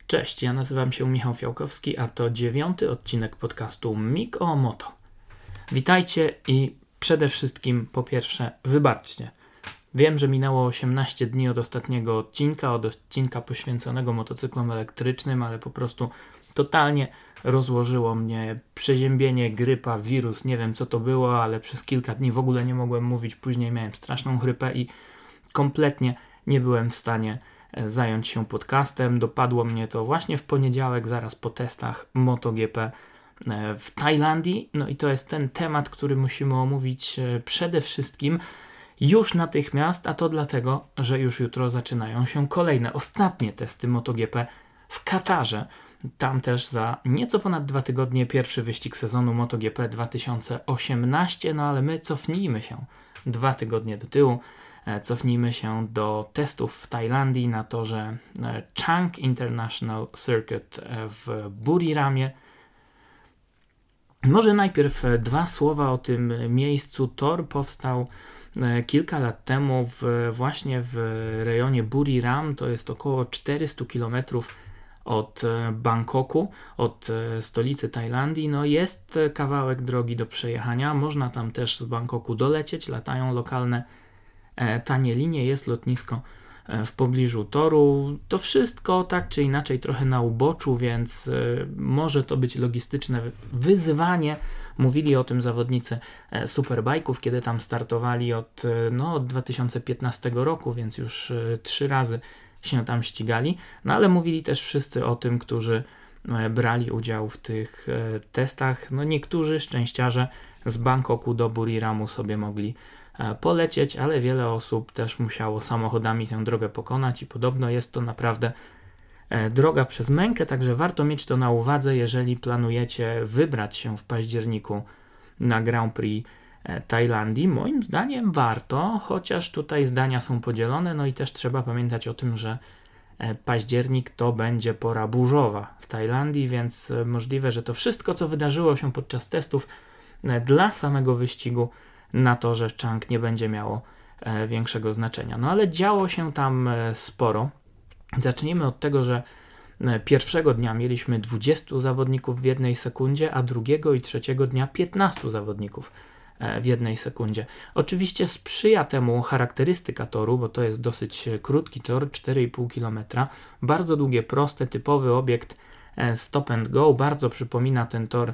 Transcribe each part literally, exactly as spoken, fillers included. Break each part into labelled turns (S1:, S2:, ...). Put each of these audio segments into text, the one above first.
S1: Cześć, ja nazywam się Michał Fiałkowski, a to dziewiąty odcinek podcastu Mik o Moto. Witajcie i przede wszystkim po pierwsze wybaczcie. Wiem, że minęło osiemnaście dni od ostatniego odcinka, od odcinka poświęconego motocyklom elektrycznym, ale po prostu totalnie rozłożyło mnie przeziębienie, grypa, wirus, nie wiem co to było, ale przez kilka dni w ogóle nie mogłem mówić, później miałem straszną chrypę i kompletnie nie byłem w stanie zająć się podcastem. Dopadło mnie to właśnie w poniedziałek, zaraz po testach MotoGP w Tajlandii. No i to jest ten temat, który musimy omówić przede wszystkim już natychmiast, a to dlatego, że już jutro zaczynają się kolejne, ostatnie testy MotoGP w Katarze. Tam też za nieco ponad dwa tygodnie pierwszy wyścig sezonu MotoGP dwa tysiące osiemnaście, no ale my cofnijmy się dwa tygodnie do tyłu. Cofnijmy się do testów w Tajlandii na torze Chang International Circuit w Buriramie. Może najpierw dwa słowa o tym miejscu. Tor powstał kilka lat temu w, właśnie w rejonie Buriram. To jest około czterysta kilometrów od Bangkoku, od stolicy Tajlandii. No jest kawałek drogi do przejechania. Można tam też z Bangkoku dolecieć. Latają lokalne tanie linie, jest lotnisko w pobliżu toru. To wszystko tak czy inaczej trochę na uboczu, więc może to być logistyczne wyzwanie. Mówili o tym zawodnicy Superbike'ów, kiedy tam startowali od, no, od dwa tysiące piętnastego roku, więc już trzy razy się tam ścigali. No ale mówili też wszyscy o tym, którzy brali udział w tych testach. No niektórzy szczęściarze z Bangkoku do Buriramu sobie mogli polecieć, ale wiele osób też musiało samochodami tę drogę pokonać i podobno jest to naprawdę droga przez mękę, także warto mieć to na uwadze, jeżeli planujecie wybrać się w październiku na Grand Prix Tajlandii. Moim zdaniem warto, chociaż tutaj zdania są podzielone, no i też trzeba pamiętać o tym, że październik to będzie pora burzowa w Tajlandii, więc możliwe, że to wszystko, co wydarzyło się podczas testów dla samego wyścigu na to, że Chang nie będzie miało e, większego znaczenia. No ale działo się tam e, sporo. Zacznijmy od tego, że e, pierwszego dnia mieliśmy dwudziestu zawodników w jednej sekundzie, a drugiego i trzeciego dnia piętnastu zawodników e, w jednej sekundzie. Oczywiście sprzyja temu charakterystyka toru, bo to jest dosyć krótki tor, cztery i pół kilometra. Bardzo długie, proste, typowy obiekt e, stop and go. Bardzo przypomina ten tor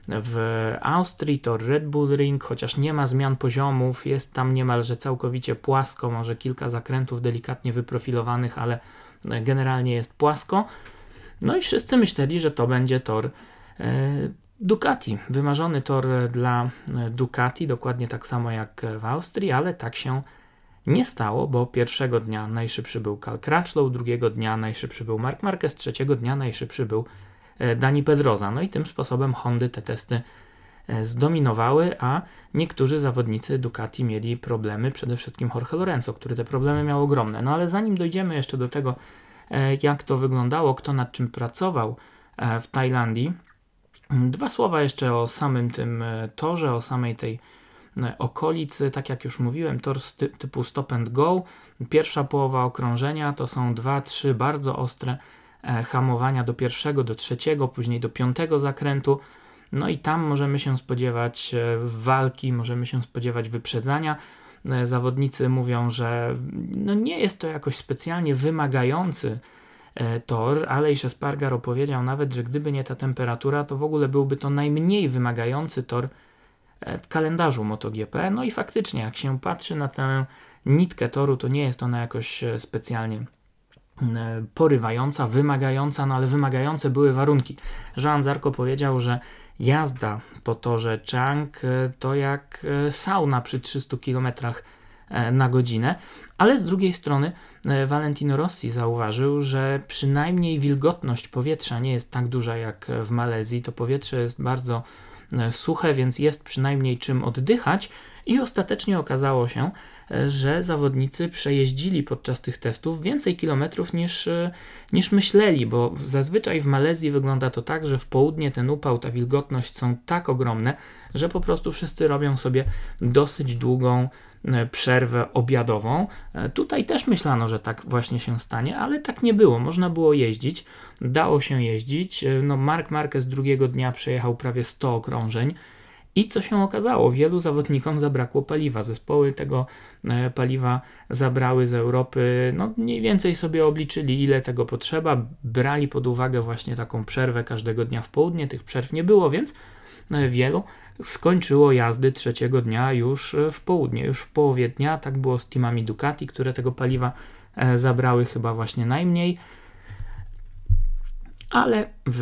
S1: w Austrii, to Red Bull Ring, chociaż nie ma zmian poziomów, jest tam niemalże całkowicie płasko, może kilka zakrętów delikatnie wyprofilowanych, ale generalnie jest płasko. No i wszyscy myśleli, że to będzie tor e, Ducati, wymarzony tor dla Ducati, dokładnie tak samo jak w Austrii, ale tak się nie stało, bo pierwszego dnia najszybszy był Cal Crutchlow, drugiego dnia najszybszy był Marc Marquez, trzeciego dnia najszybszy był Dani Pedrosa. No i tym sposobem Hondy te testy zdominowały, a niektórzy zawodnicy Ducati mieli problemy, przede wszystkim Jorge Lorenzo, który te problemy miał ogromne. No ale zanim dojdziemy jeszcze do tego, jak to wyglądało, kto nad czym pracował w Tajlandii, dwa słowa jeszcze o samym tym torze, o samej tej okolicy. Tak jak już mówiłem, tor typu stop and go. Pierwsza połowa okrążenia to są dwa, trzy bardzo ostre hamowania do pierwszego, do trzeciego, później do piątego zakrętu. No i tam możemy się spodziewać walki, możemy się spodziewać wyprzedzania. Zawodnicy mówią, że no nie jest to jakoś specjalnie wymagający tor. Aleix Espargaro powiedział nawet, że gdyby nie ta temperatura, to w ogóle byłby to najmniej wymagający tor w kalendarzu MotoGP. No i faktycznie, jak się patrzy na tę nitkę toru, to nie jest ona jakoś specjalnie porywająca, wymagająca, no ale wymagające były warunki. Joan Zarco powiedział, że jazda po torze Chang to jak sauna przy trzystu kilometrach na godzinę, ale z drugiej strony Valentino Rossi zauważył, że przynajmniej wilgotność powietrza nie jest tak duża jak w Malezji. To powietrze jest bardzo suche, więc jest przynajmniej czym oddychać i ostatecznie okazało się, że zawodnicy przejeździli podczas tych testów więcej kilometrów niż, niż myśleli, bo zazwyczaj w Malezji wygląda to tak, że w południe ten upał, ta wilgotność są tak ogromne, że po prostu wszyscy robią sobie dosyć długą przerwę obiadową. Tutaj też myślano, że tak właśnie się stanie, ale tak nie było. Można było jeździć, dało się jeździć. No, Marc Marquez drugiego dnia przejechał prawie sto okrążeń i co się okazało? Wielu zawodnikom zabrakło paliwa. Zespoły tego paliwa zabrały z Europy, no mniej więcej sobie obliczyli, ile tego potrzeba. Brali pod uwagę właśnie taką przerwę każdego dnia w południe. Tych przerw nie było, więc wielu skończyło jazdy trzeciego dnia już w południe, już w połowie dnia. Tak było z teamami Ducati, które tego paliwa zabrały chyba właśnie najmniej. Ale w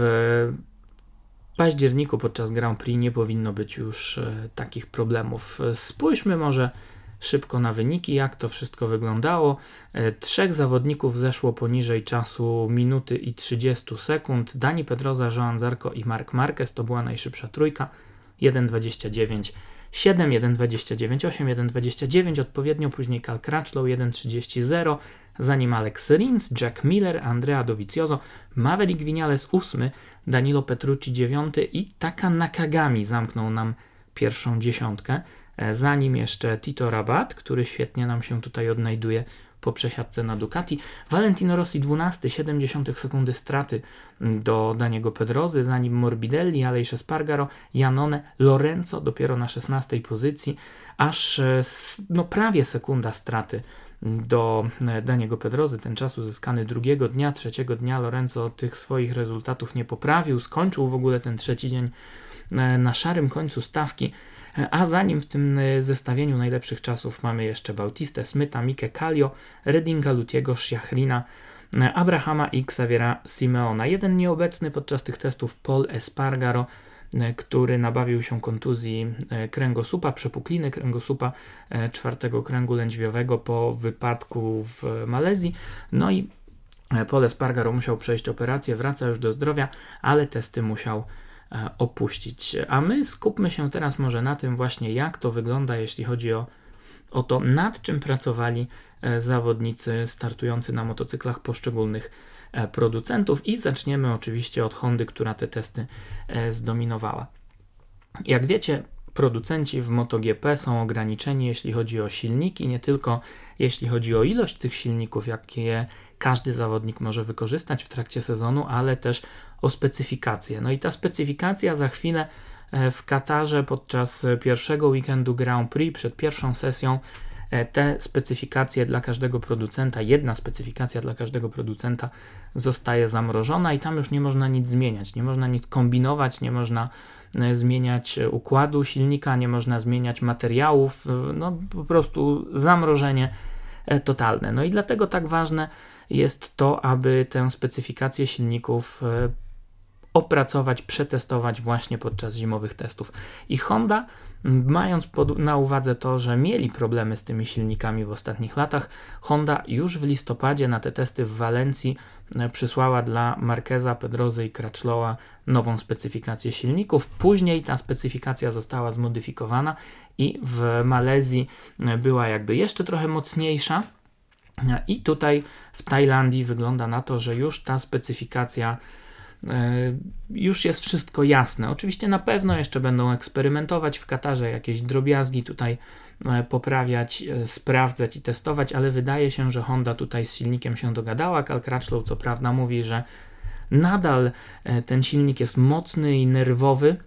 S1: październiku podczas Grand Prix nie powinno być już takich problemów. Spójrzmy może szybko na wyniki, jak to wszystko wyglądało. Trzech zawodników zeszło poniżej czasu minuty i trzydzieści sekund. Dani Pedrosa, Joan Zarco i Marc Marquez to była najszybsza trójka. jeden dwadzieścia dziewięć siedem, jeden dwadzieścia dziewięć osiem, jeden dwadzieścia dziewięć odpowiednio, później Cal Crutchlow jeden trzydzieści zero, za nim Alex Rins, Jack Miller, Andrea Dovizioso, Maverick Viñales ósmy, Danilo Petrucci dziewiąty i Taka Nakagami zamknął nam pierwszą dziesiątkę. Za nim jeszcze Tito Rabat, który świetnie nam się tutaj odnajduje po przesiadce na Ducati. Valentino Rossi dwunasty, siedemdziesiąt sekundy straty do Daniego Pedrosy, za nim Morbidelli, Aleix Espargaro, Iannone, Lorenzo dopiero na szesnastej pozycji, aż no, prawie sekunda straty do Daniego Pedrosy. Ten czas uzyskany drugiego dnia, trzeciego dnia Lorenzo tych swoich rezultatów nie poprawił, skończył w ogóle ten trzeci dzień na szarym końcu stawki. A za nim w tym zestawieniu najlepszych czasów mamy jeszcze Bautistę Smitha, Mikę Kallio, Reddinga Lutiego, Schiachlina, Abrahama i Xaviera Simeona. Jeden nieobecny podczas tych testów Pol Espargaro, który nabawił się kontuzji kręgosłupa, przepukliny kręgosłupa czwartego kręgu lędźwiowego po wypadku w Malezji. No i Pol Espargaro musiał przejść operację, wraca już do zdrowia, ale testy musiał opuścić. A my skupmy się teraz może na tym właśnie, jak to wygląda, jeśli chodzi o, o to, nad czym pracowali zawodnicy startujący na motocyklach poszczególnych producentów i zaczniemy oczywiście od Hondy, która te testy zdominowała. Jak wiecie, producenci w MotoGP są ograniczeni, jeśli chodzi o silniki, nie tylko jeśli chodzi o ilość tych silników, jakie każdy zawodnik może wykorzystać w trakcie sezonu, ale też o specyfikację. No i ta specyfikacja za chwilę w Katarze podczas pierwszego weekendu Grand Prix, przed pierwszą sesją, te specyfikacje dla każdego producenta, jedna specyfikacja dla każdego producenta zostaje zamrożona i tam już nie można nic zmieniać, nie można nic kombinować, nie można zmieniać układu silnika, nie można zmieniać materiałów, no po prostu zamrożenie totalne. No i dlatego tak ważne jest to, aby tę specyfikację silników opracować, przetestować właśnie podczas zimowych testów. I Honda, mając pod, na uwadze to, że mieli problemy z tymi silnikami w ostatnich latach, Honda już w listopadzie na te testy w Walencji przysłała dla Marqueza, Pedrosy i Crutchlowa nową specyfikację silników. Później ta specyfikacja została zmodyfikowana i w Malezji była jakby jeszcze trochę mocniejsza. I tutaj w Tajlandii wygląda na to, że już ta specyfikacja już jest wszystko jasne. Oczywiście na pewno jeszcze będą eksperymentować w Katarze, jakieś drobiazgi tutaj poprawiać, sprawdzać i testować, ale wydaje się, że Honda tutaj z silnikiem się dogadała. Cal Crutchlow co prawda mówi, że nadal ten silnik jest mocny i nerwowy.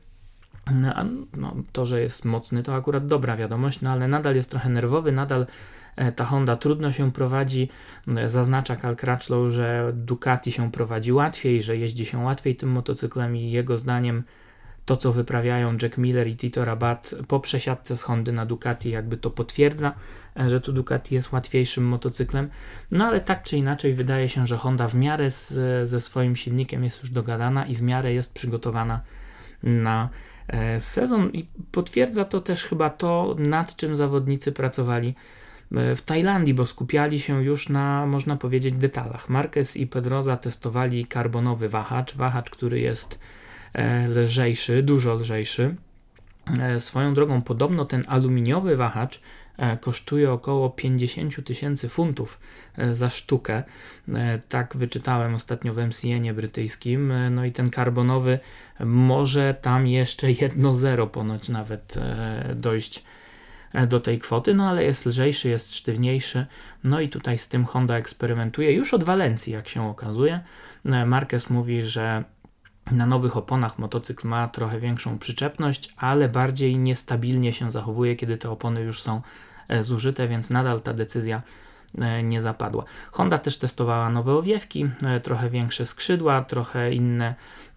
S1: No, to, że jest mocny, to akurat dobra wiadomość, no ale nadal jest trochę nerwowy, nadal ta Honda trudno się prowadzi. Zaznacza Cal Crutchlow, że Ducati się prowadzi łatwiej, że jeździ się łatwiej tym motocyklem i jego zdaniem to, co wyprawiają Jack Miller i Tito Rabat po przesiadce z Hondy na Ducati, jakby to potwierdza, że tu Ducati jest łatwiejszym motocyklem. No ale tak czy inaczej wydaje się, że Honda w miarę z, ze swoim silnikiem jest już dogadana i w miarę jest przygotowana na sezon i potwierdza to też chyba to, nad czym zawodnicy pracowali w Tajlandii, bo skupiali się już na, można powiedzieć, detalach. Marquez i Pedrosa testowali karbonowy wahacz, wahacz, który jest lżejszy, dużo lżejszy. Swoją drogą podobno ten aluminiowy wahacz kosztuje około pięćdziesiąt tysięcy funtów za sztukę. Tak wyczytałem ostatnio w M C N-ie brytyjskim. No i ten karbonowy może tam jeszcze jedno zero ponoć nawet dojść do tej kwoty, no ale jest lżejszy, jest sztywniejszy. No i tutaj z tym Honda eksperymentuje już od Walencji, jak się okazuje. Marquez mówi, że na nowych oponach motocykl ma trochę większą przyczepność, ale bardziej niestabilnie się zachowuje, kiedy te opony już są zużyte, więc nadal ta decyzja nie zapadła. Honda też testowała nowe owiewki, trochę większe skrzydła, trochę inne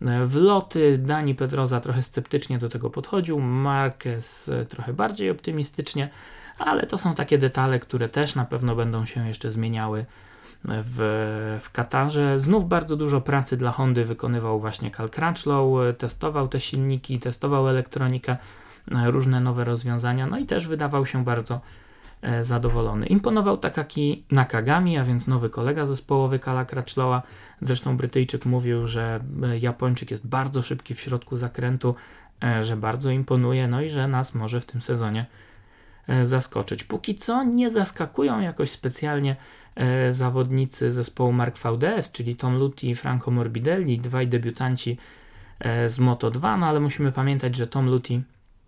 S1: wloty. Dani Pedrosa trochę sceptycznie do tego podchodził, Marquez trochę bardziej optymistycznie, ale to są takie detale, które też na pewno będą się jeszcze zmieniały w, w Katarze. Znów bardzo dużo pracy dla Hondy wykonywał właśnie Cal Crutchlow, testował te silniki, testował elektronikę, różne nowe rozwiązania, no i też wydawał się bardzo zadowolony. Imponował Takaki Nakagami, a więc nowy kolega zespołowy Cala Crutchlowa. Zresztą Brytyjczyk mówił, że Japończyk jest bardzo szybki w środku zakrętu, że bardzo imponuje, no i że nas może w tym sezonie zaskoczyć. Póki co nie zaskakują jakoś specjalnie zawodnicy zespołu Mark V D S, czyli Tom Luthi i Franco Morbidelli, dwaj debiutanci z Moto dwa, no ale musimy pamiętać, że Tom Luthi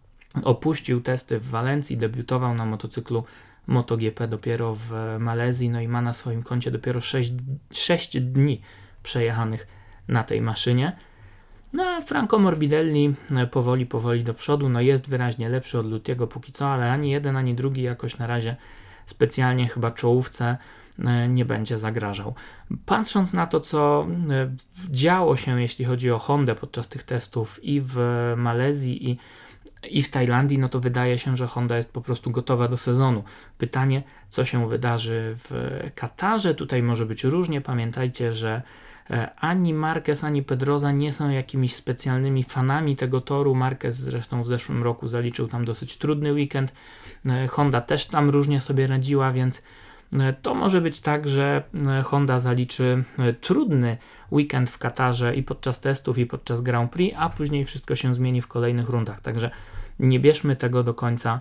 S1: opuścił testy w Walencji, debiutował na motocyklu MotoGP dopiero w Malezji, no i ma na swoim koncie dopiero sześć dni przejechanych na tej maszynie. No a Franco Morbidelli powoli, powoli do przodu, no jest wyraźnie lepszy od Luthiego póki co, ale ani jeden, ani drugi jakoś na razie specjalnie chyba czołówce nie będzie zagrażał. Patrząc na to, co działo się, jeśli chodzi o Hondę podczas tych testów i w Malezji, i i w Tajlandii, no to wydaje się, że Honda jest po prostu gotowa do sezonu. Pytanie, co się wydarzy w Katarze? Tutaj może być różnie. Pamiętajcie, że ani Marquez, ani Pedrosa nie są jakimiś specjalnymi fanami tego toru. Marquez zresztą w zeszłym roku zaliczył tam dosyć trudny weekend. Honda też tam różnie sobie radziła, więc to może być tak, że Honda zaliczy trudny weekend w Katarze i podczas testów, i podczas Grand Prix, a później wszystko się zmieni w kolejnych rundach. Także nie bierzmy tego do końca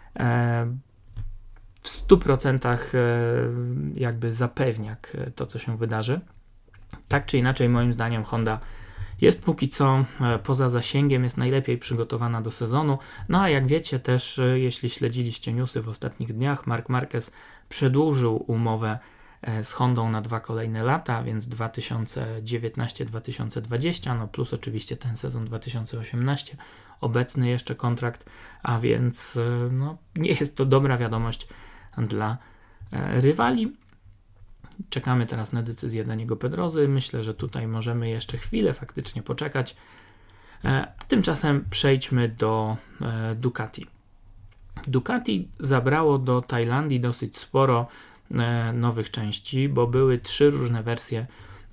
S1: w stu procentach jakby zapewniak to, co się wydarzy. Tak czy inaczej, moim zdaniem Honda jest póki co poza zasięgiem, jest najlepiej przygotowana do sezonu. No a jak wiecie też, jeśli śledziliście newsy w ostatnich dniach, Marc Marquez przedłużył umowę z Hondą na dwa kolejne lata, więc dwa tysiące dziewiętnaście dwa tysiące dwadzieścia, no plus oczywiście ten sezon dwa tysiące osiemnaście, obecny jeszcze kontrakt, a więc no, nie jest to dobra wiadomość dla rywali. Czekamy teraz na decyzję Daniego Pedrosy. Myślę, że tutaj możemy jeszcze chwilę faktycznie poczekać. A tymczasem przejdźmy do Ducati. Ducati zabrało do Tajlandii dosyć sporo nowych części, bo były trzy różne wersje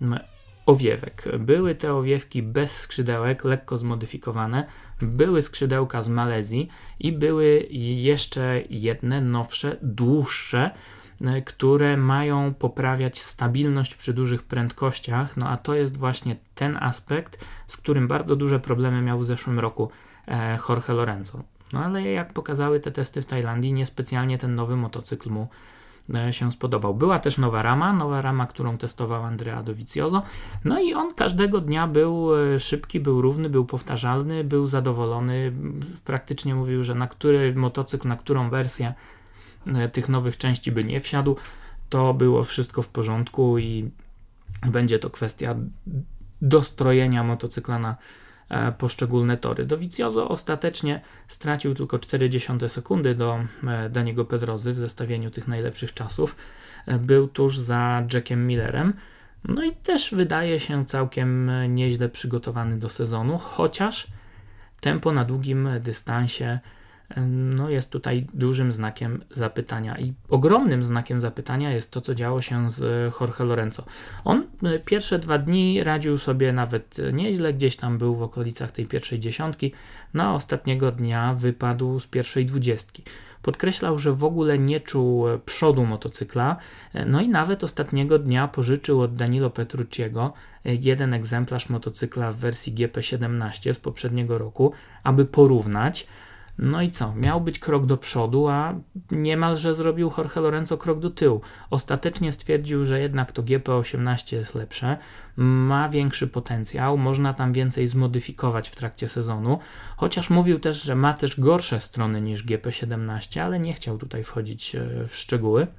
S1: owiewek. Były te owiewki bez skrzydełek, lekko zmodyfikowane, były skrzydełka z Malezji i były jeszcze jedne, nowsze, dłuższe, które mają poprawiać stabilność przy dużych prędkościach, no a to jest właśnie ten aspekt, z którym bardzo duże problemy miał w zeszłym roku Jorge Lorenzo. No ale jak pokazały te testy w Tajlandii, niespecjalnie ten nowy motocykl mu się spodobał. Była też nowa rama, nowa rama, którą testował Andrea Dovizioso, no i on każdego dnia był szybki, był równy, był powtarzalny, był zadowolony, praktycznie mówił, że na który motocykl, na którą wersję tych nowych części by nie wsiadł, to było wszystko w porządku i będzie to kwestia dostrojenia motocykla na poszczególne tory. Dovizioso ostatecznie stracił tylko cztery sekundy do Daniego Pedrosy w zestawieniu tych najlepszych czasów. Był tuż za Jackiem Millerem. No i też wydaje się całkiem nieźle przygotowany do sezonu, chociaż tempo na długim dystansie no jest tutaj dużym znakiem zapytania i ogromnym znakiem zapytania jest to, co działo się z Jorge Lorenzo. On pierwsze dwa dni radził sobie nawet nieźle, gdzieś tam był w okolicach tej pierwszej dziesiątki, no a ostatniego dnia wypadł z pierwszej dwudziestki. Podkreślał, że w ogóle nie czuł przodu motocykla, no i nawet ostatniego dnia pożyczył od Danilo Petrucciego jeden egzemplarz motocykla w wersji G P siedemnaście z poprzedniego roku, aby porównać. No i co? Miał być krok do przodu, a niemalże zrobił Jorge Lorenzo krok do tyłu. Ostatecznie stwierdził, że jednak to G P osiemnaście jest lepsze, ma większy potencjał, można tam więcej zmodyfikować w trakcie sezonu, chociaż mówił też, że ma też gorsze strony niż G P siedemnaście, ale nie chciał tutaj wchodzić w szczegóły.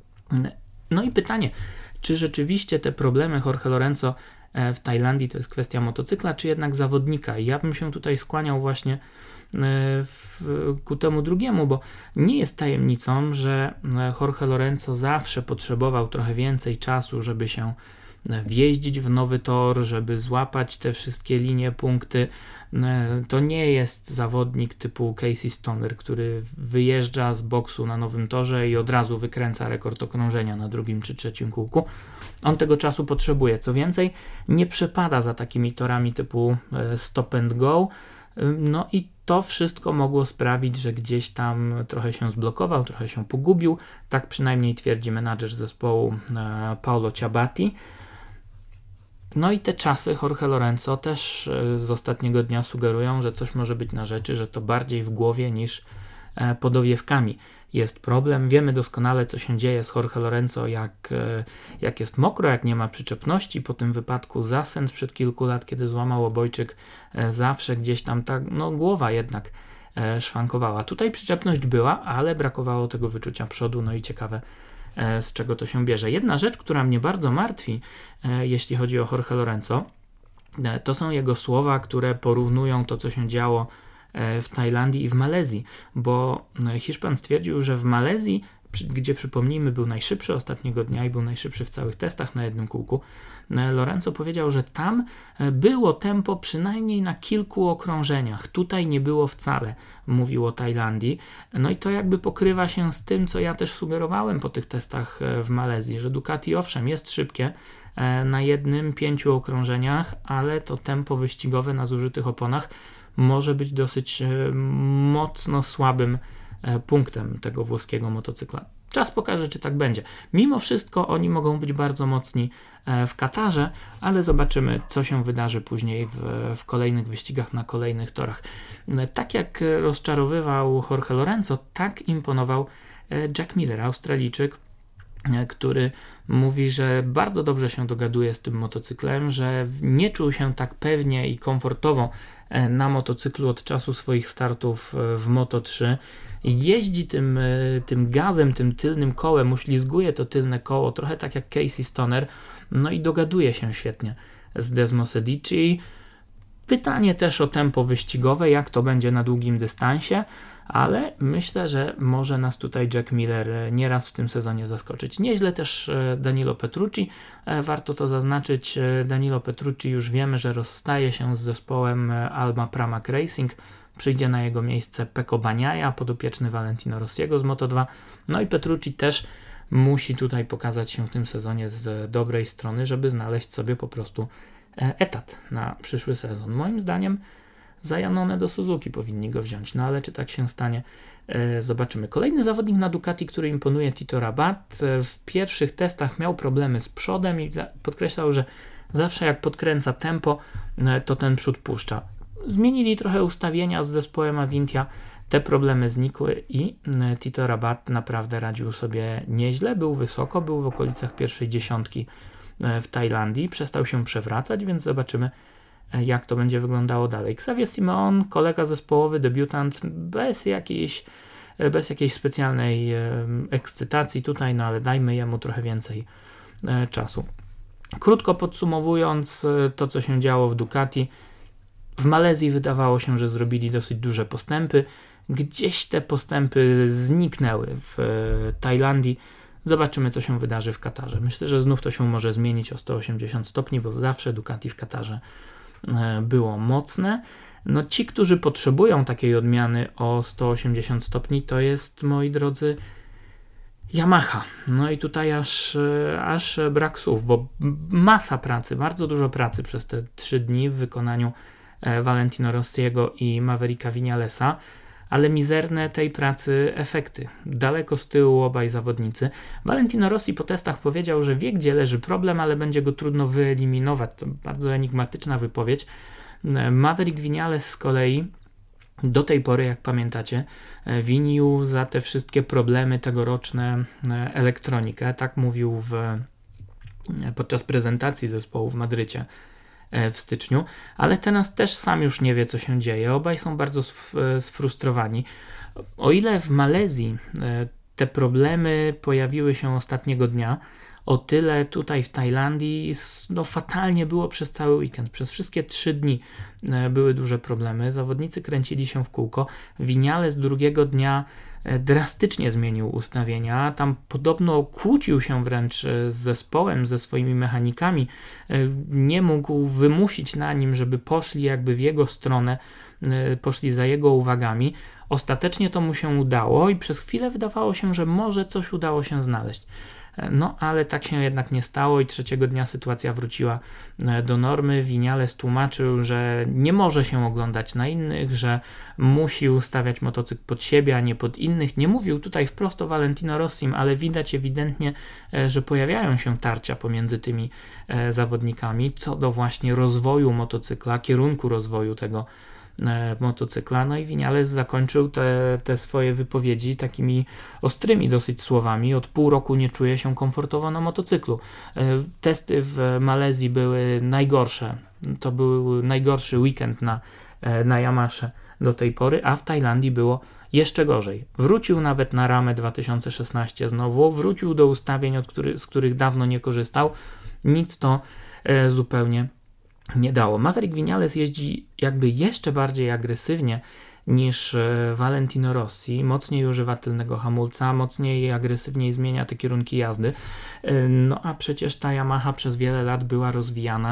S1: No i pytanie, czy rzeczywiście te problemy Jorge Lorenzo w Tajlandii to jest kwestia motocykla, czy jednak zawodnika? I ja bym się tutaj skłaniał właśnie w, ku temu drugiemu, bo nie jest tajemnicą, że Jorge Lorenzo zawsze potrzebował trochę więcej czasu, żeby się wjeździć w nowy tor, żeby złapać te wszystkie linie, punkty. To nie jest zawodnik typu Casey Stoner, który wyjeżdża z boksu na nowym torze i od razu wykręca rekord okrążenia na drugim czy trzecim kółku. On tego czasu potrzebuje. Co więcej, nie przepada za takimi torami typu stop and go. No i to wszystko mogło sprawić, że gdzieś tam trochę się zblokował, trochę się pogubił. Tak przynajmniej twierdzi menadżer zespołu Paolo Ciabatti. No i te czasy Jorge Lorenzo też z ostatniego dnia sugerują, że coś może być na rzeczy, że to bardziej w głowie niż pod owiewkami jest problem. Wiemy doskonale, co się dzieje z Jorge Lorenzo, jak, jak jest mokro, jak nie ma przyczepności. Po tym wypadku z Ascent sprzed kilku lat, kiedy złamał obojczyk, zawsze gdzieś tam ta no, głowa jednak szwankowała. Tutaj przyczepność była, ale brakowało tego wyczucia przodu, no i ciekawe, z czego to się bierze. Jedna rzecz, która mnie bardzo martwi, jeśli chodzi o Jorge Lorenzo, to są jego słowa, które porównują to, co się działo w Tajlandii i w Malezji, bo Hiszpan stwierdził, że w Malezji, gdzie przypomnijmy był najszybszy ostatniego dnia i był najszybszy w całych testach na jednym kółku, Lorenzo powiedział, że tam było tempo przynajmniej na kilku okrążeniach, tutaj nie było wcale, mówił o Tajlandii. No i to jakby pokrywa się z tym, co ja też sugerowałem po tych testach w Malezji, że Ducati owszem jest szybkie na jednym, pięciu okrążeniach, ale to tempo wyścigowe na zużytych oponach może być dosyć mocno słabym punktem tego włoskiego motocykla. Czas pokaże, czy tak będzie. Mimo wszystko oni mogą być bardzo mocni w Katarze, ale zobaczymy, co się wydarzy później w, w kolejnych wyścigach na kolejnych torach. Tak jak rozczarowywał Jorge Lorenzo, tak imponował Jack Miller, Australijczyk, który mówi, że bardzo dobrze się dogaduje z tym motocyklem, że nie czuł się tak pewnie i komfortowo na motocyklu od czasu swoich startów w Moto trzy. Jeździ tym, tym gazem, tym tylnym kołem, uślizguje to tylne koło, trochę tak jak Casey Stoner, no i dogaduje się świetnie z Desmos Edici. Pytanie też o tempo wyścigowe, jak to będzie na długim dystansie, ale myślę, że może nas tutaj Jack Miller nieraz w tym sezonie zaskoczyć. Nieźle też Danilo Petrucci, warto to zaznaczyć, Danilo Petrucci już wiemy, że rozstaje się z zespołem Alma Pramac Racing, przyjdzie na jego miejsce Pecco Bagnaia, podopieczny Valentino Rossiego z Moto dwa, no i Petrucci też musi tutaj pokazać się w tym sezonie z dobrej strony, żeby znaleźć sobie po prostu etat na przyszły sezon. Moim zdaniem za Janone do Suzuki powinni go wziąć, no ale czy tak się stanie, e, zobaczymy. Kolejny zawodnik na Ducati, który imponuje, Tito Rabat. E, w pierwszych testach miał problemy z przodem i za, podkreślał, że zawsze jak podkręca tempo, e, to ten przód puszcza. Zmienili trochę ustawienia z zespołem Avintia, te problemy znikły i e, Tito Rabat naprawdę radził sobie nieźle, był wysoko, był w okolicach pierwszej dziesiątki e, w Tajlandii, przestał się przewracać, więc zobaczymy, jak to będzie wyglądało dalej. Xavier Simon, kolega zespołowy, debiutant, bez jakiejś, bez jakiejś specjalnej e, ekscytacji tutaj, no ale dajmy jemu trochę więcej e, czasu. Krótko podsumowując e, to, co się działo w Ducati, w Malezji wydawało się, że zrobili dosyć duże postępy, gdzieś te postępy zniknęły w e, Tajlandii. Zobaczymy, co się wydarzy w Katarze. Myślę, że znów to się może zmienić o sto osiemdziesiąt stopni, bo zawsze Ducati w Katarze było mocne. No ci, którzy potrzebują takiej odmiany o sto osiemdziesiąt stopni, to jest, moi drodzy, Yamaha. No i tutaj aż, aż brak słów, bo masa pracy, bardzo dużo pracy przez te trzy dni w wykonaniu Valentino Rossiego i Mavericka Vinalesa, ale mizerne tej pracy efekty. Daleko z tyłu obaj zawodnicy. Valentino Rossi po testach powiedział, że wie, gdzie leży problem, ale będzie go trudno wyeliminować. To bardzo enigmatyczna wypowiedź. Maverick Vinales z kolei Do tej pory, jak pamiętacie, winił za te wszystkie problemy tegoroczne elektronikę. Tak mówił w, podczas prezentacji zespołu w Madrycie w styczniu, ale teraz też sam już nie wie, co się dzieje. Obaj są bardzo sfrustrowani. O ile w Malezji te problemy pojawiły się ostatniego dnia, o tyle tutaj w Tajlandii no, fatalnie było przez cały weekend. Przez wszystkie trzy dni były duże problemy. Zawodnicy kręcili się w kółko. Vinales drugiego dnia drastycznie zmienił ustawienia. Tam podobno kłócił się wręcz z zespołem, ze swoimi mechanikami. Nie mógł wymusić na nim, żeby poszli jakby w jego stronę, poszli za jego uwagami. Ostatecznie to mu się udało i przez chwilę wydawało się, że może coś udało się znaleźć. No, ale tak się jednak nie stało i trzeciego dnia sytuacja wróciła do normy. Vinales tłumaczył, że nie może się oglądać na innych, że musi ustawiać motocykl pod siebie, a nie pod innych. Nie mówił tutaj wprost o Valentino Rossim, ale widać ewidentnie, że pojawiają się tarcia pomiędzy tymi zawodnikami co do właśnie rozwoju motocykla, kierunku rozwoju tego motocykla. No i Vinales zakończył te, te swoje wypowiedzi takimi ostrymi dosyć słowami. Od pół roku nie czuje się komfortowo na motocyklu. Testy w Malezji były najgorsze. To był najgorszy weekend na, na Yamasze do tej pory, a w Tajlandii było jeszcze gorzej. Wrócił nawet na ramę dwa tysiące szesnaście znowu, wrócił do ustawień, od który, z których dawno nie korzystał. Nic to e, zupełnie nie dało. Maverick Vinales jeździ jakby jeszcze bardziej agresywnie niż Valentino Rossi, mocniej używa tylnego hamulca, mocniej i agresywniej zmienia te kierunki jazdy. No a przecież ta Yamaha przez wiele lat była rozwijana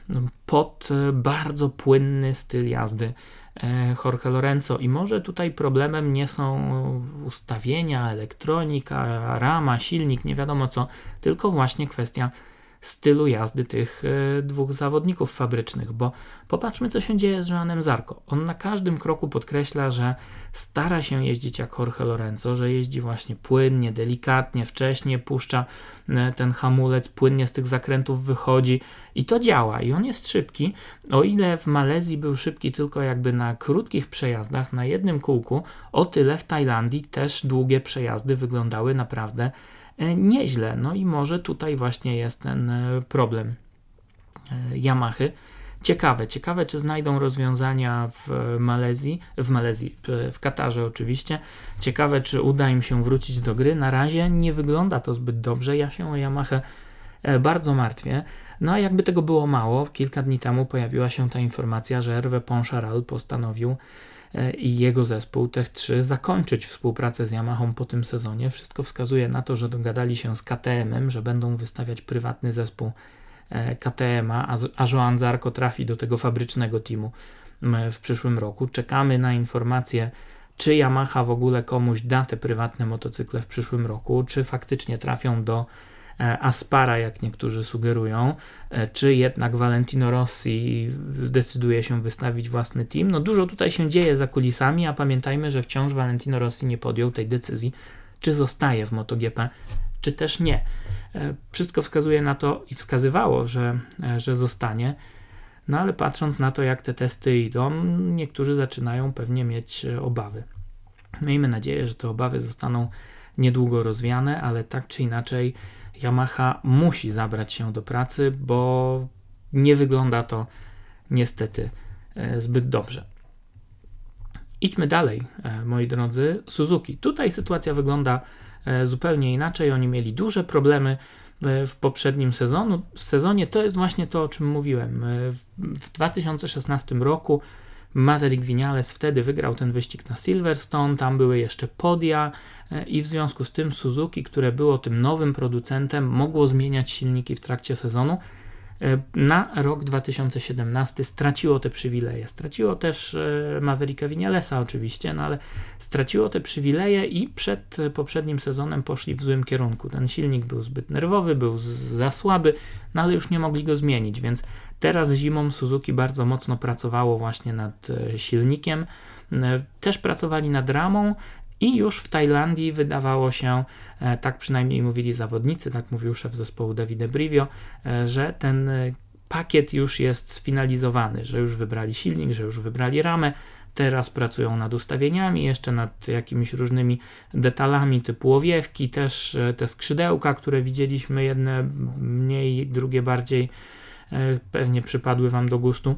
S1: pod bardzo płynny styl jazdy Jorge Lorenzo i może tutaj problemem nie są ustawienia, elektronika, rama, silnik, nie wiadomo co, tylko właśnie kwestia stylu jazdy tych y, dwóch zawodników fabrycznych, bo popatrzmy, co się dzieje z Joanem Zarco. On na każdym kroku podkreśla, że stara się jeździć jak Jorge Lorenzo, że jeździ właśnie płynnie, delikatnie, wcześnie puszcza y, ten hamulec, płynnie z tych zakrętów wychodzi i to działa i on jest szybki. O ile w Malezji był szybki tylko jakby na krótkich przejazdach, na jednym kółku, o tyle w Tajlandii też długie przejazdy wyglądały naprawdę nieźle. No i może tutaj właśnie jest ten problem Yamahy. Ciekawe, ciekawe czy znajdą rozwiązania w Malezji, w Malezji, w Katarze oczywiście. Ciekawe, czy uda im się wrócić do gry. Na razie nie wygląda to zbyt dobrze. Ja się o Yamahę bardzo martwię. No a jakby tego było mało, kilka dni temu pojawiła się ta informacja, że Hervé Poncharal postanowił i jego zespół Tech trzy zakończyć współpracę z Yamahą po tym sezonie. Wszystko wskazuje na to, że dogadali się z K T M-em, że będą wystawiać prywatny zespół K T M-a, a Joan Zarco trafi do tego fabrycznego teamu w przyszłym roku. Czekamy na informację, czy Yamaha w ogóle komuś da te prywatne motocykle w przyszłym roku, czy faktycznie trafią do Aspara, jak niektórzy sugerują, czy jednak Valentino Rossi zdecyduje się wystawić własny team. No dużo tutaj się dzieje za kulisami, a pamiętajmy, że wciąż Valentino Rossi nie podjął tej decyzji, czy zostaje w MotoGP, czy też nie. Wszystko wskazuje na to i wskazywało, że, że zostanie, no ale patrząc na to, jak te testy idą, niektórzy zaczynają pewnie mieć obawy. Miejmy nadzieję, że te obawy zostaną niedługo rozwiane, ale tak czy inaczej Yamaha musi zabrać się do pracy, bo nie wygląda to niestety zbyt dobrze. Idźmy dalej, moi drodzy. Suzuki. Tutaj sytuacja wygląda zupełnie inaczej. Oni mieli duże problemy w poprzednim sezonu. W sezonie to jest właśnie to, o czym mówiłem. W dwa tysiące szesnastym roku Maverick Vinales wtedy wygrał ten wyścig na Silverstone, tam były jeszcze podia i w związku z tym Suzuki, które było tym nowym producentem, mogło zmieniać silniki w trakcie sezonu. Na rok dwa tysiące siedemnasty straciło te przywileje. Straciło też Mavericka Vinalesa oczywiście, no ale straciło te przywileje i przed poprzednim sezonem poszli w złym kierunku. Ten silnik był zbyt nerwowy, był za słaby, no ale już nie mogli go zmienić, więc teraz zimą Suzuki bardzo mocno pracowało właśnie nad silnikiem. Też pracowali nad ramą i już w Tajlandii wydawało się, tak przynajmniej mówili zawodnicy, tak mówił szef zespołu Davide Brivio, że ten pakiet już jest sfinalizowany, że już wybrali silnik, że już wybrali ramę. Teraz pracują nad ustawieniami, jeszcze nad jakimiś różnymi detalami typu owiewki, też te skrzydełka, które widzieliśmy, jedne mniej, drugie bardziej pewnie przypadły Wam do gustu.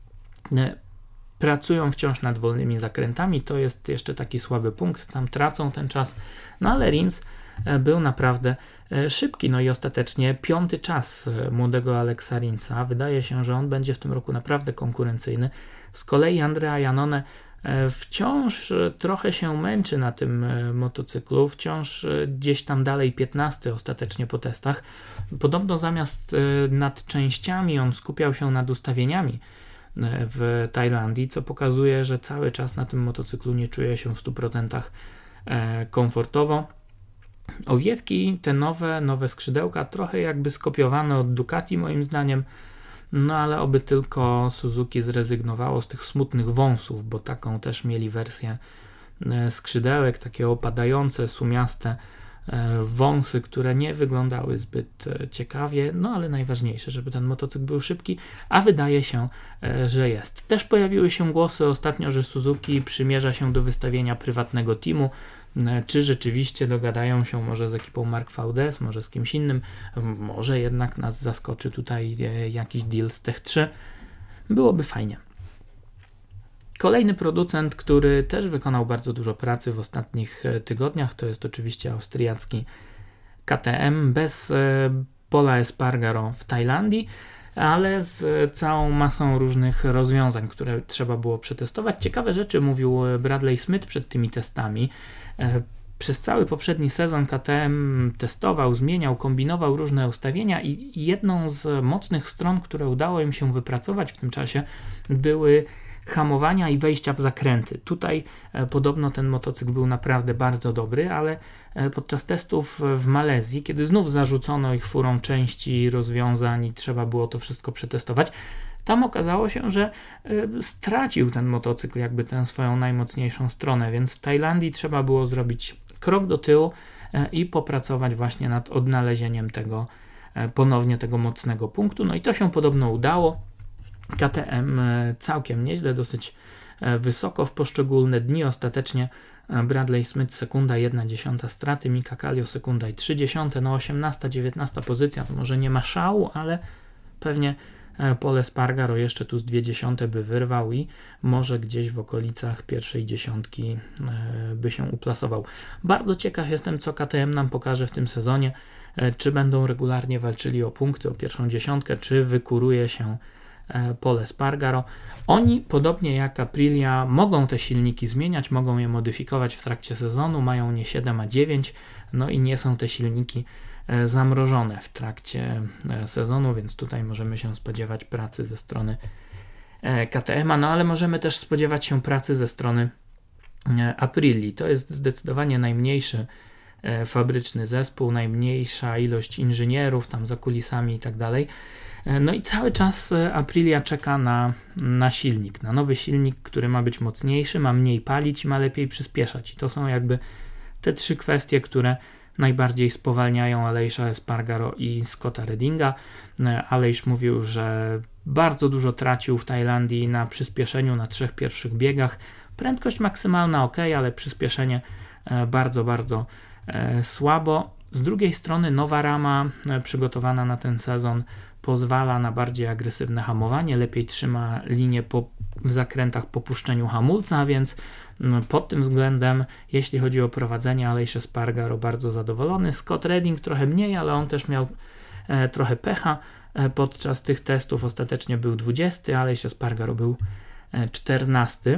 S1: Pracują wciąż nad wolnymi zakrętami, to jest jeszcze taki słaby punkt, tam tracą ten czas, no ale Rins był naprawdę szybki, no i ostatecznie piąty czas młodego Alexa Rinsa. Wydaje się, że on będzie w tym roku naprawdę konkurencyjny. Z kolei Andrea Iannone wciąż trochę się męczy na tym motocyklu, wciąż gdzieś tam dalej piętnasty ostatecznie po testach. Podobno zamiast nad częściami on skupiał się nad ustawieniami w Tajlandii, co pokazuje, że cały czas na tym motocyklu nie czuje się w stu procentach komfortowo. Owiewki, te nowe, nowe skrzydełka, trochę jakby skopiowane od Ducati moim zdaniem, no ale oby tylko Suzuki zrezygnowało z tych smutnych wąsów, bo taką też mieli wersję skrzydełek, takie opadające, sumiaste wąsy, które nie wyglądały zbyt ciekawie, no ale najważniejsze, żeby ten motocykl był szybki, a wydaje się, że jest. Też pojawiły się głosy ostatnio, że Suzuki przymierza się do wystawienia prywatnego teamu. Czy rzeczywiście dogadają się może z ekipą Mark V D S, może z kimś innym, może jednak nas zaskoczy tutaj jakiś deal z Tech trzy. Byłoby fajnie. Kolejny producent, który też wykonał bardzo dużo pracy w ostatnich tygodniach, to jest oczywiście austriacki K T M, bez Paula Espargaro w Tajlandii, ale z całą masą różnych rozwiązań, które trzeba było przetestować. Ciekawe rzeczy mówił Bradley Smith przed tymi testami. Przez cały poprzedni sezon K T M testował, zmieniał, kombinował różne ustawienia i jedną z mocnych stron, które udało im się wypracować w tym czasie, były hamowania i wejścia w zakręty. Tutaj e, podobno ten motocykl był naprawdę bardzo dobry, ale e, podczas testów w Malezji, kiedy znów zarzucono ich furą części, rozwiązań i trzeba było to wszystko przetestować, tam okazało się, że e, stracił ten motocykl jakby tę swoją najmocniejszą stronę, więc w Tajlandii trzeba było zrobić krok do tyłu e, i popracować właśnie nad odnalezieniem tego, e, ponownie tego mocnego punktu. No i to się podobno udało. K T M całkiem nieźle, dosyć wysoko w poszczególne dni. Ostatecznie Bradley Smith sekunda jedna dziesiąta straty, Mika Kallio sekunda i trzy dziesiąte, no osiemnasta, dziewiętnasta pozycja, to może nie ma szału, ale pewnie Paul Espargaro jeszcze tu z dwie dziesiąte by wyrwał i może gdzieś w okolicach pierwszej dziesiątki by się uplasował. Bardzo ciekaw jestem, co K T M nam pokaże w tym sezonie, czy będą regularnie walczyli o punkty, o pierwszą dziesiątkę, czy wykuruje się Paul Espargaro. Oni, podobnie jak Aprilia, mogą te silniki zmieniać, mogą je modyfikować w trakcie sezonu, mają nie siedem, a dziewięć, no i nie są te silniki zamrożone w trakcie sezonu, więc tutaj możemy się spodziewać pracy ze strony K T M a, no ale możemy też spodziewać się pracy ze strony Aprilii. To jest zdecydowanie najmniejszy fabryczny zespół, najmniejsza ilość inżynierów tam za kulisami i tak dalej. No i cały czas Aprilia czeka na, na silnik, na nowy silnik, który ma być mocniejszy, ma mniej palić i ma lepiej przyspieszać. I to są jakby te trzy kwestie, które najbardziej spowalniają Aleisza Espargaro i Scotta Reddinga. Aleix mówił, że bardzo dużo tracił w Tajlandii na przyspieszeniu na trzech pierwszych biegach. Prędkość maksymalna ok, ale przyspieszenie bardzo, bardzo słabo. Z drugiej strony nowa rama przygotowana na ten sezon pozwala na bardziej agresywne hamowanie, lepiej trzyma linię po w zakrętach po puszczeniu hamulca, więc pod tym względem, jeśli chodzi o prowadzenie, Aleix Espargaro bardzo zadowolony. Scott Redding trochę mniej, ale on też miał e, trochę pecha e, podczas tych testów. Ostatecznie był dwudziesty, Aleix Espargaro był e, czternasty.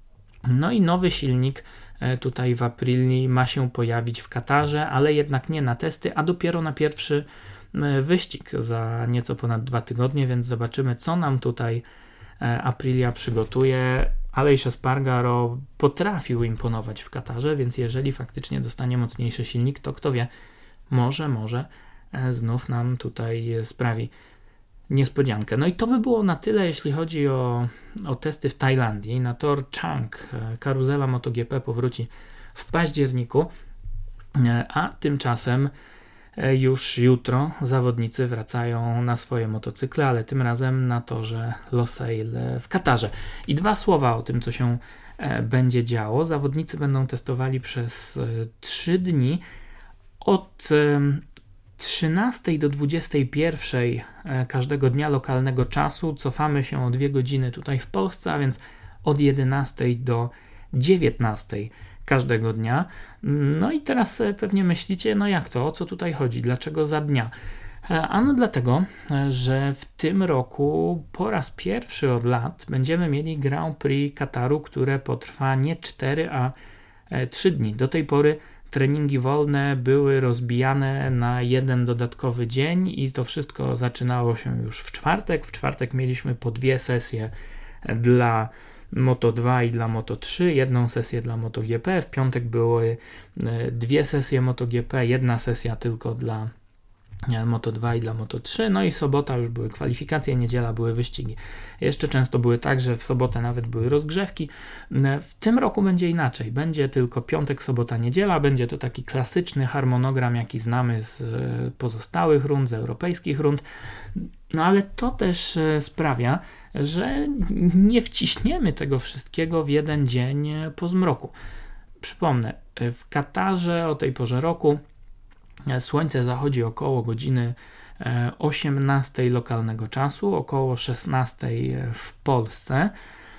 S1: No i nowy silnik e, tutaj w Aprilii ma się pojawić w Katarze, ale jednak nie na testy, a dopiero na pierwszy e, wyścig za nieco ponad dwa tygodnie, więc zobaczymy, co nam tutaj e, Aprilia przygotuje. Aleix Espargaro potrafił imponować w Katarze, więc jeżeli faktycznie dostanie mocniejszy silnik, to kto wie, może, może znów nam tutaj sprawi niespodziankę. No i to by było na tyle, jeśli chodzi o, o testy w Tajlandii. Na tor Chang karuzela MotoGP powróci w październiku, a tymczasem Już jutro zawodnicy wracają na swoje motocykle, ale tym razem na torze Losail w Katarze. I dwa słowa o tym, co się będzie działo. Zawodnicy będą testowali przez trzy dni od trzynastej do dwudziestej pierwszej każdego dnia lokalnego czasu. Cofamy się o dwie godziny tutaj w Polsce, a więc od jedenastej do dziewiętnastej każdego dnia. No i teraz pewnie myślicie, no jak to, o co tutaj chodzi, dlaczego za dnia? Ano dlatego, że w tym roku po raz pierwszy od lat będziemy mieli Grand Prix Kataru, które potrwa nie cztery, a trzy dni. Do tej pory treningi wolne były rozbijane na jeden dodatkowy dzień i to wszystko zaczynało się już w czwartek. W czwartek mieliśmy po dwie sesje dla Moto dwa i dla Moto trzy, jedną sesję dla MotoGP. W piątek były dwie sesje MotoGP, jedna sesja tylko dla Moto dwa i dla Moto trzy, no i sobota już były kwalifikacje, niedziela były wyścigi. Jeszcze często były tak, że w sobotę nawet były rozgrzewki. W tym roku będzie inaczej, będzie tylko piątek, sobota, niedziela, będzie to taki klasyczny harmonogram, jaki znamy z pozostałych rund, z europejskich rund, no ale to też sprawia, że nie wciśniemy tego wszystkiego w jeden dzień po zmroku. Przypomnę, w Katarze o tej porze roku słońce zachodzi około godziny osiemnastej lokalnego czasu, około szesnastej w Polsce,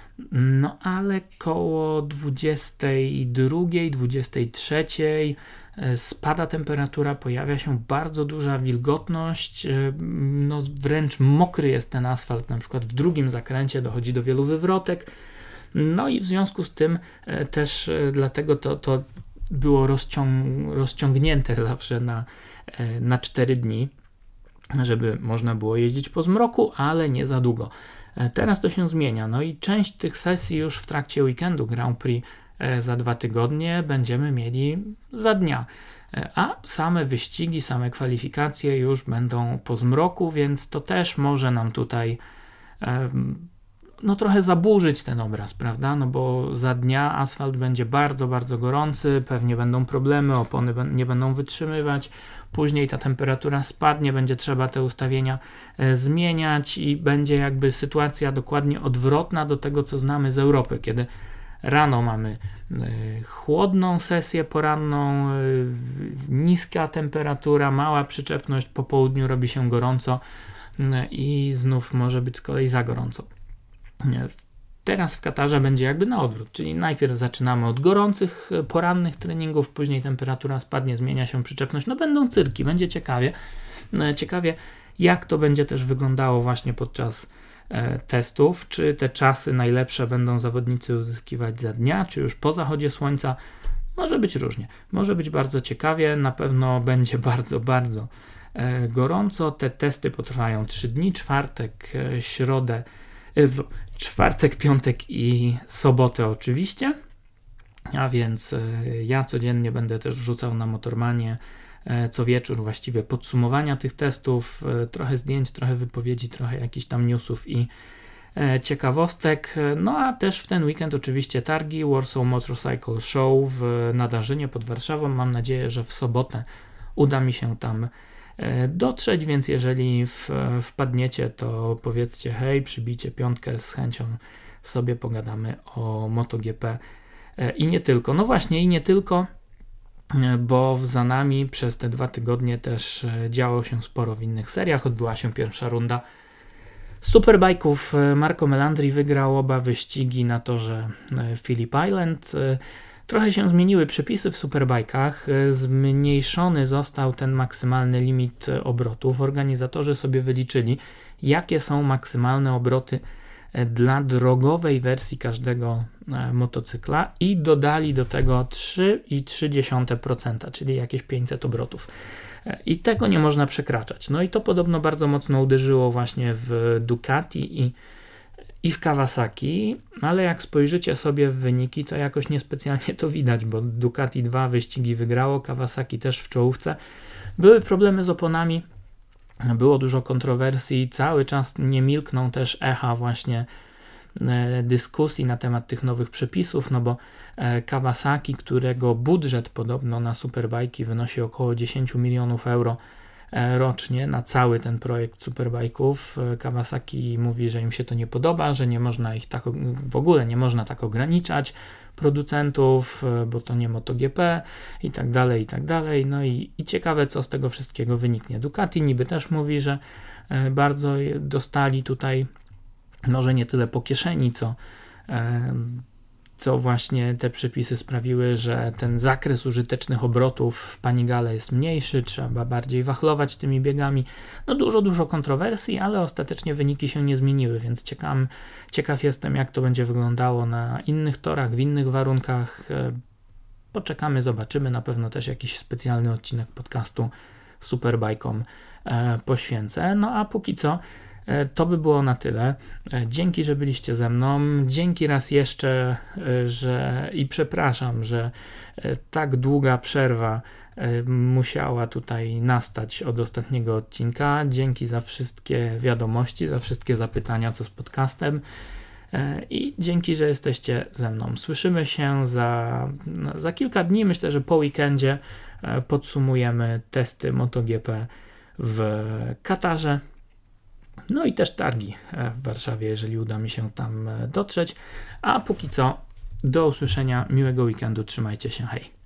S1: no ale koło dwudziestej drugiej, dwudziestej trzeciej spada temperatura, pojawia się bardzo duża wilgotność, no wręcz mokry jest ten asfalt, na przykład w drugim zakręcie dochodzi do wielu wywrotek, no i w związku z tym też dlatego to, to było rozciąg- rozciągnięte zawsze na, na cztery dni, żeby można było jeździć po zmroku, ale nie za długo. Teraz to się zmienia, no i część tych sesji już w trakcie weekendu Grand Prix za dwa tygodnie będziemy mieli za dnia, a same wyścigi, same kwalifikacje już będą po zmroku, więc to też może nam tutaj no trochę zaburzyć ten obraz, prawda, no bo za dnia asfalt będzie bardzo, bardzo gorący, pewnie będą problemy, opony nie będą wytrzymywać, później ta temperatura spadnie, będzie trzeba te ustawienia e, zmieniać i będzie jakby sytuacja dokładnie odwrotna do tego, co znamy z Europy, kiedy rano mamy e, chłodną sesję poranną, e, niska temperatura, mała przyczepność, po południu robi się gorąco e, i znów może być z kolei za gorąco. Teraz w Katarze będzie jakby na odwrót, czyli najpierw zaczynamy od gorących porannych treningów, później temperatura spadnie, zmienia się przyczepność, no będą cyrki, będzie ciekawie. Ciekawie jak to będzie też wyglądało właśnie podczas e, testów, czy te czasy najlepsze będą zawodnicy uzyskiwać za dnia, czy już po zachodzie słońca, może być różnie, może być bardzo ciekawie, na pewno będzie bardzo, bardzo e, gorąco, te testy potrwają trzy dni, czwartek, e, środę, w czwartek, piątek i sobotę oczywiście, a więc ja codziennie będę też wrzucał na Motormanie co wieczór właściwie podsumowania tych testów, trochę zdjęć, trochę wypowiedzi, trochę jakichś tam newsów i ciekawostek, no a też w ten weekend oczywiście targi Warsaw Motorcycle Show w Nadarzynie pod Warszawą, mam nadzieję, że w sobotę uda mi się tam dotrzeć, więc jeżeli w, wpadniecie, to powiedzcie hej, przybijcie piątkę, z chęcią sobie pogadamy o MotoGP i nie tylko. No właśnie i nie tylko, bo za nami przez te dwa tygodnie też działo się sporo w innych seriach. Odbyła się pierwsza runda Superbike'ów. Marco Melandri wygrał oba wyścigi na torze Phillip Island. Trochę się zmieniły przepisy w Superbike'ach, zmniejszony został ten maksymalny limit obrotów. Organizatorzy sobie wyliczyli, jakie są maksymalne obroty dla drogowej wersji każdego motocykla i dodali do tego trzy przecinek trzy procent, czyli jakieś pięćset obrotów. I tego nie można przekraczać. No i to podobno bardzo mocno uderzyło właśnie w Ducati i i w Kawasaki, ale jak spojrzycie sobie w wyniki, to jakoś niespecjalnie to widać, bo Ducati dwa wyścigi wygrało, Kawasaki też w czołówce. Były problemy z oponami, było dużo kontrowersji, cały czas nie milkną też echa właśnie e, dyskusji na temat tych nowych przepisów, no bo e, Kawasaki, którego budżet podobno na Superbike'i wynosi około dziesięć milionów euro, rocznie na cały ten projekt superbajków. Kawasaki mówi, że im się to nie podoba, że nie można ich tak, w ogóle nie można tak ograniczać producentów, bo to nie MotoGP i tak dalej, i tak dalej. No i, i ciekawe, co z tego wszystkiego wyniknie. Ducati niby też mówi, że bardzo dostali tutaj może nie tyle po kieszeni, co co właśnie te przepisy sprawiły, że ten zakres użytecznych obrotów w Panigale jest mniejszy, trzeba bardziej wachlować tymi biegami. No dużo, dużo kontrowersji, ale ostatecznie wyniki się nie zmieniły, więc ciekaw, ciekaw jestem, jak to będzie wyglądało na innych torach, w innych warunkach. Poczekamy, zobaczymy. Na pewno też jakiś specjalny odcinek podcastu Superbajkom poświęcę. No a póki co to by było na tyle. Dzięki, że byliście ze mną. Dzięki raz jeszcze, że i przepraszam, że tak długa przerwa musiała tutaj nastać od ostatniego odcinka. Dzięki za wszystkie wiadomości, za wszystkie zapytania, co z podcastem. I dzięki, że jesteście ze mną. Słyszymy się za, za kilka dni. Myślę, że po weekendzie podsumujemy testy MotoGP w Katarze. No i też targi w Warszawie, jeżeli uda mi się tam dotrzeć. A póki co, do usłyszenia, miłego weekendu, trzymajcie się, hej.